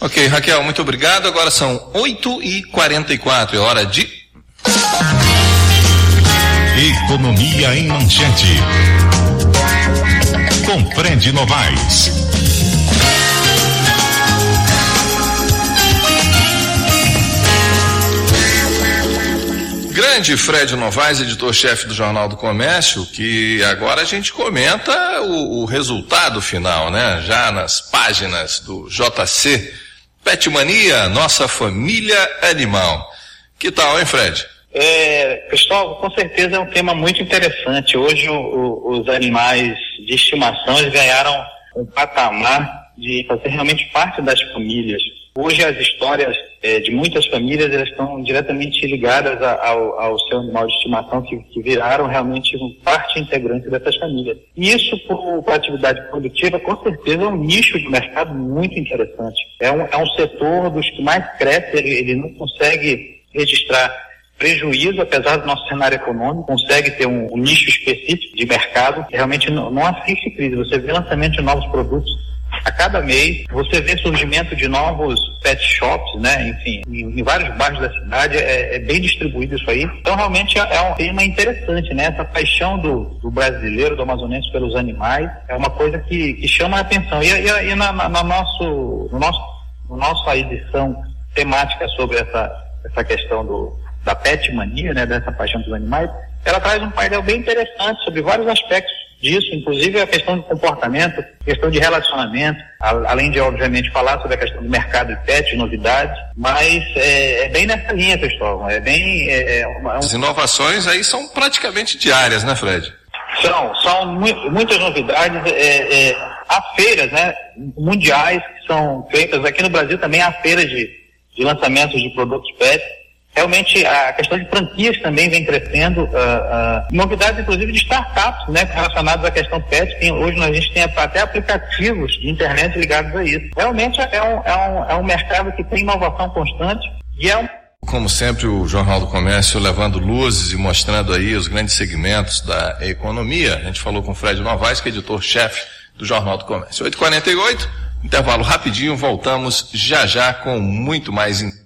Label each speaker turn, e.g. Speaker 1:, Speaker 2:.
Speaker 1: Ok, Raquel, muito obrigado. Agora são 8h44, é hora de...
Speaker 2: Economia em Manchete. Com Fred Novaes.
Speaker 1: Grande Fred Novaes, editor-chefe do Jornal do Comércio, que agora a gente comenta o resultado final, né? Já nas páginas do JC, Pet Mania, nossa família animal. Que tal, hein, Fred?
Speaker 3: Cristóvão, com certeza é um tema muito interessante. Hoje os animais de estimação eles ganharam um patamar de fazer realmente parte das famílias. Hoje as histórias de muitas famílias elas estão diretamente ligadas ao seu animal de estimação que viraram realmente parte integrante dessas famílias. E isso para a atividade produtiva com certeza é um nicho de mercado muito interessante. É um setor dos que mais cresce, ele não consegue registrar prejuízo, apesar do nosso cenário econômico, consegue ter um nicho específico de mercado que realmente não assiste crise. Você vê lançamento de novos produtos a cada mês, você vê surgimento de novos pet shops, né? Enfim, em vários bairros da cidade é bem distribuído isso aí. Então realmente é um tema interessante, né? Essa paixão do brasileiro, do amazonense pelos animais é uma coisa que chama a atenção. E na nossa edição temática sobre essa questão da pet mania, né, dessa paixão pelos animais, ela traz um painel bem interessante sobre vários aspectos disso, inclusive a questão de comportamento, questão de relacionamento, além de, obviamente, falar sobre a questão do mercado de pet, novidades, mas é bem nessa linha, Cristóvão,
Speaker 1: As inovações aí são praticamente diárias, né, Fred?
Speaker 3: São muitas novidades, há feiras, né, mundiais que são feitas, aqui no Brasil também há feiras de lançamentos de produtos pet. Realmente a questão de franquias também vem crescendo, novidades inclusive de startups, né, relacionadas à questão pet. Hoje a gente tem até aplicativos de internet ligados a isso. Realmente é um mercado que tem inovação constante e
Speaker 1: Como sempre, o Jornal do Comércio levando luzes e mostrando aí os grandes segmentos da economia. A gente falou com o Fred Novaes, que é editor-chefe do Jornal do Comércio. 8h48, intervalo rapidinho, voltamos já com muito mais